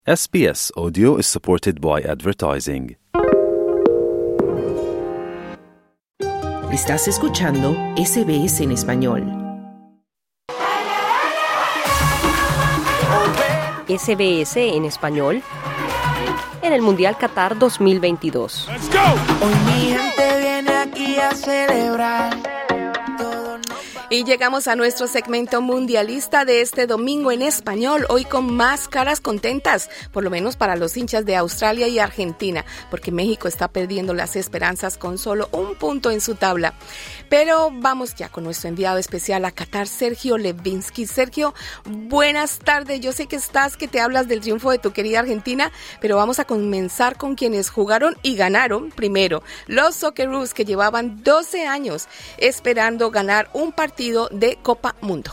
SBS Audio is supported by advertising. Estás escuchando SBS en español. SBS en español en el Mundial Qatar 2022. Hoy mi gente viene aquí a celebrar. Y llegamos a nuestro segmento mundialista de este domingo en español, hoy con más caras contentas, por lo menos para los hinchas de Australia y Argentina, porque México está perdiendo las esperanzas con solo un punto en su tabla. Pero vamos ya con nuestro enviado especial a Qatar, Sergio Levinsky. Sergio, buenas tardes. Yo sé que te hablas del triunfo de tu querida Argentina, pero vamos a comenzar con quienes jugaron y ganaron primero. Los Socceroos, que llevaban 12 años esperando ganar un partido de Copa Mundo.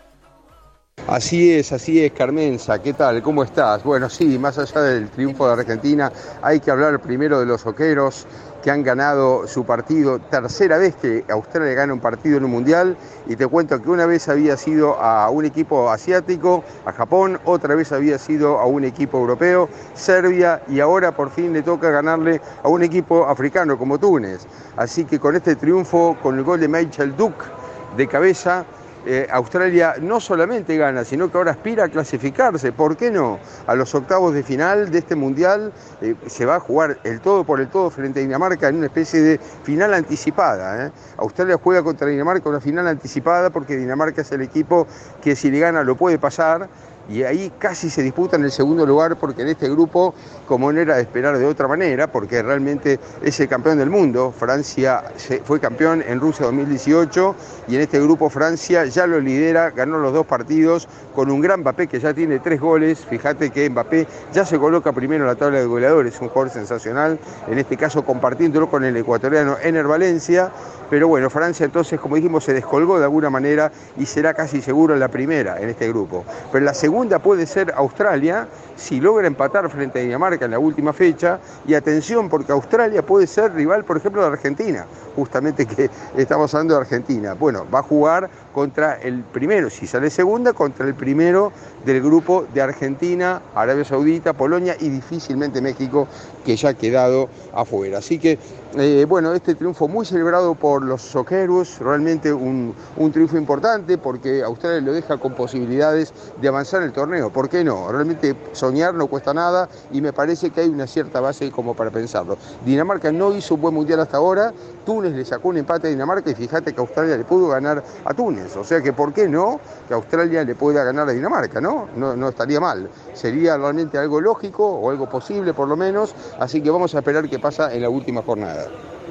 Así es, Carmenza, ¿qué tal? ¿Cómo estás? Bueno, sí, más allá del triunfo de Argentina, hay que hablar primero de los Socceroos, que han ganado su partido, tercera vez que Australia gana un partido en un mundial, y te cuento que una vez había sido a un equipo asiático, a Japón, otra vez había sido a un equipo europeo, Serbia, y ahora por fin le toca ganarle a un equipo africano como Túnez. Así que con este triunfo, con el gol de Michael Duck de cabeza, Australia no solamente gana, sino que ahora aspira a clasificarse, ¿por qué no?, a los octavos de final de este mundial. Se va a jugar el todo por el todo frente a Dinamarca en una especie de final anticipada. Australia juega contra Dinamarca una final anticipada porque Dinamarca es el equipo que si le gana lo puede pasar. Y ahí casi se disputan el segundo lugar, porque en este grupo, como no era de esperar de otra manera, porque realmente es el campeón del mundo, Francia fue campeón en Rusia 2018, y en este grupo Francia ya lo lidera, ganó los dos partidos con un gran Mbappé que ya tiene 3 goles. Fíjate que Mbappé ya se coloca primero en la tabla de goleadores, un jugador sensacional, en este caso compartiéndolo con el ecuatoriano Ener Valencia. Pero bueno, Francia entonces, como dijimos, se descolgó de alguna manera y será casi seguro la primera en este grupo. Pero la segunda puede ser Australia, si logra empatar frente a Dinamarca en la última fecha. Y atención, porque Australia puede ser rival, por ejemplo, de Argentina, justamente que estamos hablando de Argentina. Bueno, va a jugar contra el primero, si sale segunda, contra el primero del grupo de Argentina, Arabia Saudita, Polonia y difícilmente México, que ya ha quedado afuera. Así que, bueno, este triunfo muy celebrado por los Socceroos, realmente un triunfo importante, porque Australia lo deja con posibilidades de avanzar en el torneo. ¿Por qué no? Realmente soñar no cuesta nada, y me parece que hay una cierta base como para pensarlo. Dinamarca no hizo un buen mundial hasta ahora, Túnez le sacó un empate a Dinamarca, y fíjate que Australia le pudo ganar a Túnez. O sea que, ¿por qué no que Australia le pueda ganar a Dinamarca? No estaría mal. Sería realmente algo lógico, o algo posible por lo menos. Así que vamos a esperar qué pasa en la última jornada.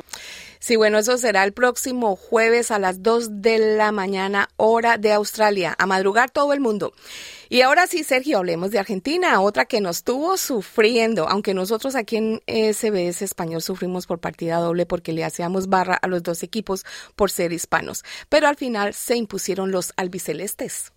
Sí, bueno, eso será el próximo jueves a las 2 de la mañana, hora de Australia. A madrugar todo el mundo. Y ahora sí, Sergio, hablemos de Argentina, otra que nos tuvo sufriendo, aunque nosotros aquí en SBS Español sufrimos por partida doble porque le hacíamos barra a los dos equipos por ser hispanos. Pero al final se impusieron los albicelestes.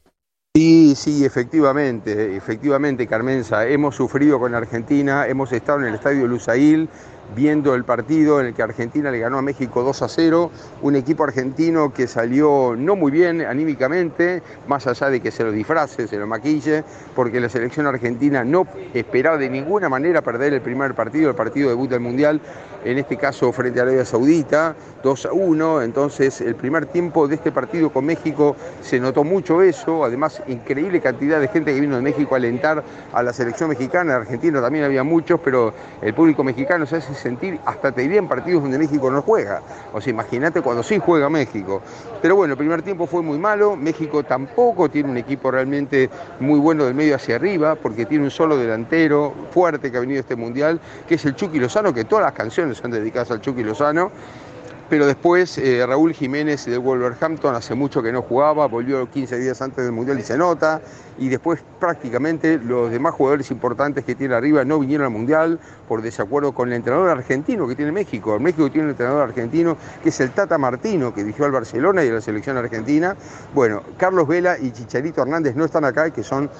Sí, efectivamente, Carmenza, hemos sufrido con Argentina, hemos estado en el estadio Lusail viendo el partido en el que Argentina le ganó a México 2-0, un equipo argentino que salió no muy bien anímicamente, más allá de que se lo disfrace, se lo maquille, porque la selección argentina no esperaba de ninguna manera perder el primer partido, el partido debut del Mundial, en este caso frente a Arabia Saudita, 2-1, entonces el primer tiempo de este partido con México se notó mucho eso, además increíble cantidad de gente que vino de México a alentar a la selección mexicana. En Argentina también había muchos, pero el público mexicano se hace sentir, hasta te diría, en partidos donde México no juega. O sea, imagínate cuando sí juega México. Pero bueno, el primer tiempo fue muy malo. México tampoco tiene un equipo realmente muy bueno del medio hacia arriba, porque tiene un solo delantero fuerte que ha venido a este mundial, que es el Chucky Lozano, que todas las canciones son dedicadas al Chucky Lozano. Pero después Raúl Jiménez del Wolverhampton hace mucho que no jugaba, volvió 15 días antes del Mundial y se nota. Y después prácticamente los demás jugadores importantes que tiene arriba no vinieron al Mundial por desacuerdo con el entrenador argentino que tiene México. México tiene un entrenador argentino que es el Tata Martino, que dirigió al Barcelona y a la selección argentina. Bueno, Carlos Vela y Chicharito Hernández no están acá, que son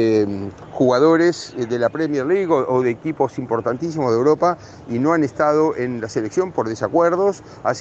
jugadores de la Premier League o de equipos importantísimos de Europa, y no han estado en la selección por desacuerdos. Así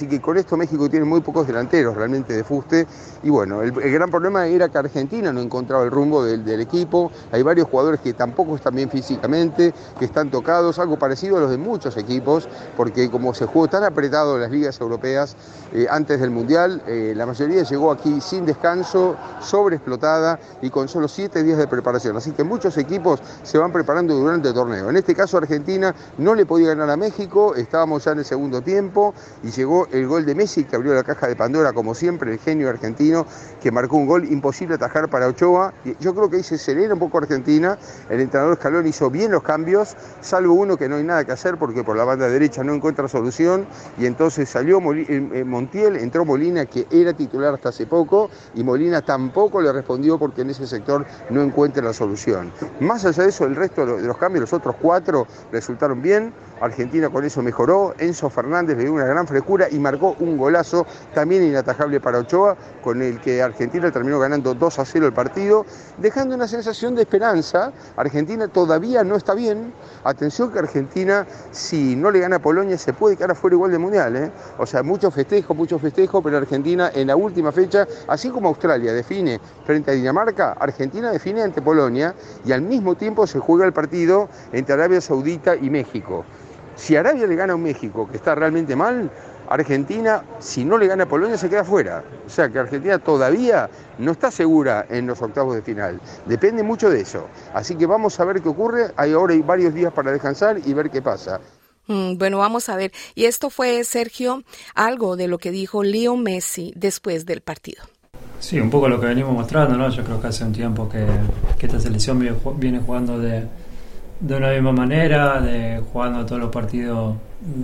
Así que con esto México tiene muy pocos delanteros realmente de fuste. Y bueno, el gran problema era que Argentina no encontraba el rumbo del equipo. Hay varios jugadores que tampoco están bien físicamente, que están tocados, algo parecido a los de muchos equipos, porque como se jugó tan apretado en las ligas europeas antes del Mundial, la mayoría llegó aquí sin descanso, sobreexplotada y con solo 7 días de preparación. Así que muchos equipos se van preparando durante el torneo. En este caso Argentina no le podía ganar a México, estábamos ya en el segundo tiempo y llegó el gol de Messi, que abrió la caja de Pandora como siempre, el genio argentino, que marcó un gol imposible atajar para Ochoa. Yo creo que ahí se serena un poco Argentina, el entrenador Scaloni hizo bien los cambios, salvo uno que no hay nada que hacer porque por la banda derecha no encuentra solución, y entonces salió Montiel, entró Molina, que era titular hasta hace poco, y Molina tampoco le respondió porque en ese sector no encuentra la solución. Más allá de eso, el resto de los cambios, los otros 4 resultaron bien. Argentina con eso mejoró, Enzo Fernández le dio una gran frescura y marcó un golazo también inatajable para Ochoa, con el que Argentina terminó ganando 2-0 el partido, dejando una sensación de esperanza. Argentina todavía no está bien, atención que Argentina, si no le gana a Polonia, se puede quedar afuera igual del Mundial, ¿eh? O sea, mucho festejo, pero Argentina en la última fecha, así como Australia define frente a Dinamarca, Argentina define ante Polonia y al mismo tiempo se juega el partido entre Arabia Saudita y México. Si Arabia le gana a un México que está realmente mal, Argentina, si no le gana a Polonia, se queda fuera. O sea que Argentina todavía no está segura en los octavos de final. Depende mucho de eso. Así que vamos a ver qué ocurre. Ahora hay varios días para descansar y ver qué pasa. Bueno, vamos a ver. Y esto fue, Sergio, algo de lo que dijo Leo Messi después del partido. Sí, un poco lo que venimos mostrando, ¿no? Yo creo que hace un tiempo que esta selección viene jugando de una misma manera, jugando todos los partidos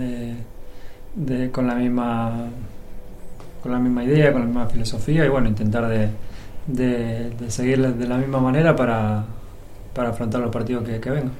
con la misma idea, con la misma filosofía, y bueno, intentar de seguir de la misma manera para afrontar los partidos que vengan.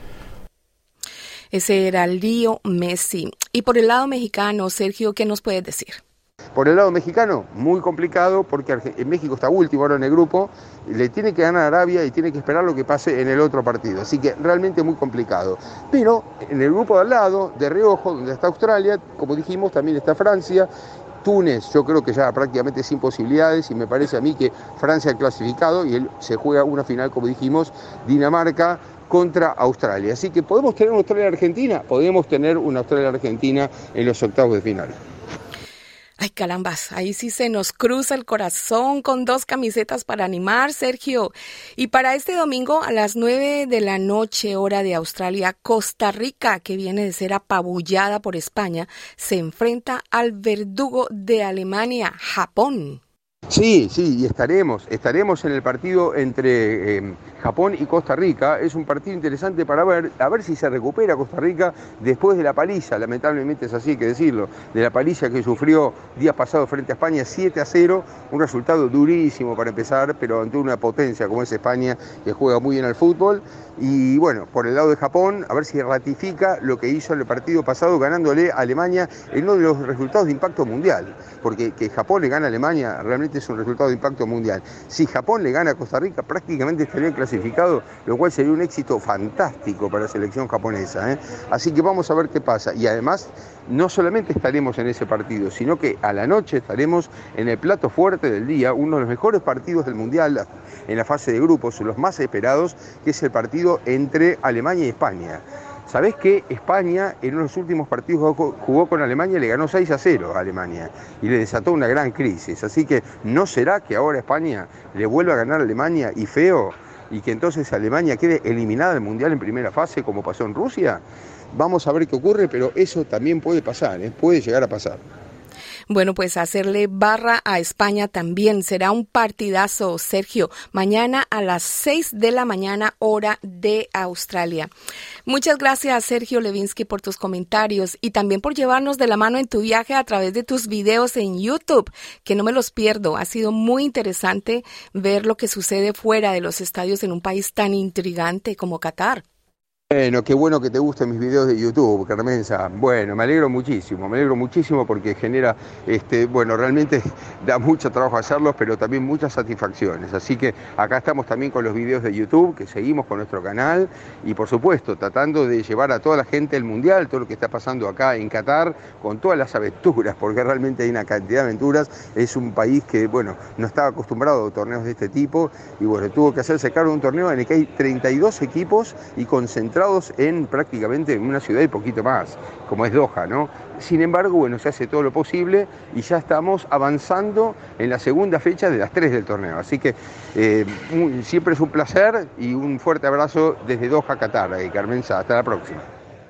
Ese era Leo Messi. Y por el lado mexicano, Sergio, ¿qué nos puedes decir? Por el lado mexicano, muy complicado porque México está último ahora en el grupo, le tiene que ganar a Arabia y tiene que esperar lo que pase en el otro partido, así que realmente muy complicado. Pero en el grupo de al lado, de reojo, donde está Australia, como dijimos, también está Francia, Túnez, yo creo que ya prácticamente sin posibilidades, y me parece a mí que Francia ha clasificado y él se juega una final, como dijimos, Dinamarca contra Australia. Así que podemos tener una Australia-Argentina, podemos tener una Australia-Argentina en los octavos de final. Ay, carambas, ahí sí se nos cruza el corazón con 2 camisetas para animar, Sergio. Y para este domingo a las 9 de la noche, hora de Australia, Costa Rica, que viene de ser apabullada por España, se enfrenta al verdugo de Alemania, Japón. Sí, y estaremos en el partido entre Japón y Costa Rica. Es un partido interesante para ver, a ver si se recupera Costa Rica después de la paliza, lamentablemente es así, hay que decirlo, de la paliza que sufrió días pasados frente a España, 7-0, un resultado durísimo para empezar, pero ante una potencia como es España, que juega muy bien al fútbol. Y bueno, por el lado de Japón, a ver si ratifica lo que hizo en el partido pasado, ganándole a Alemania en uno de los resultados de impacto mundial, porque que Japón le gana a Alemania realmente es un resultado de impacto mundial. Si Japón le gana a Costa Rica, prácticamente estarían clasificados, lo cual sería un éxito fantástico para la selección japonesa, ¿eh? Así que vamos a ver qué pasa. Y además, no solamente estaremos en ese partido, sino que a la noche estaremos en el plato fuerte del día, uno de los mejores partidos del Mundial en la fase de grupos, los más esperados, que es el partido entre Alemania y España. ¿Sabés que España en uno de los últimos partidos jugó con Alemania y le ganó 6-0 a Alemania y le desató una gran crisis? Así que ¿no será que ahora España le vuelva a ganar a Alemania y feo, y que entonces Alemania quede eliminada del Mundial en primera fase como pasó en Rusia? Vamos a ver qué ocurre, pero eso también puede pasar, puede llegar a pasar. Bueno, pues hacerle barra a España también será un partidazo, Sergio. Mañana a las 6 de la mañana, hora de Australia. Muchas gracias, Sergio Levinsky, por tus comentarios y también por llevarnos de la mano en tu viaje a través de tus videos en YouTube, que no me los pierdo. Ha sido muy interesante ver lo que sucede fuera de los estadios en un país tan intrigante como Qatar. Bueno, qué bueno que te gusten mis videos de YouTube, Carmenza. Bueno, me alegro muchísimo porque genera, realmente da mucho trabajo hacerlos, pero también muchas satisfacciones. Así que acá estamos también con los videos de YouTube, que seguimos con nuestro canal y por supuesto tratando de llevar a toda la gente del Mundial, todo lo que está pasando acá en Qatar, con todas las aventuras, porque realmente hay una cantidad de aventuras. Es un país que, no estaba acostumbrado a torneos de este tipo y tuvo que hacerse cargo de un torneo en el que hay 32 equipos y concentrados en prácticamente una ciudad y poquito más, como es Doha, ¿no? Sin embargo, se hace todo lo posible y ya estamos avanzando en la segunda fecha de las 3 del torneo. Así que siempre es un placer y un fuerte abrazo desde Doha, Qatar. Carmenza, hasta la próxima.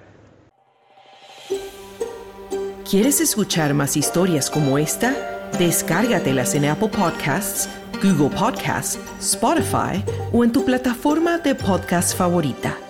¿Quieres escuchar más historias como esta? Descárgatelas en Apple Podcasts, Google Podcasts, Spotify o en tu plataforma de podcast favorita.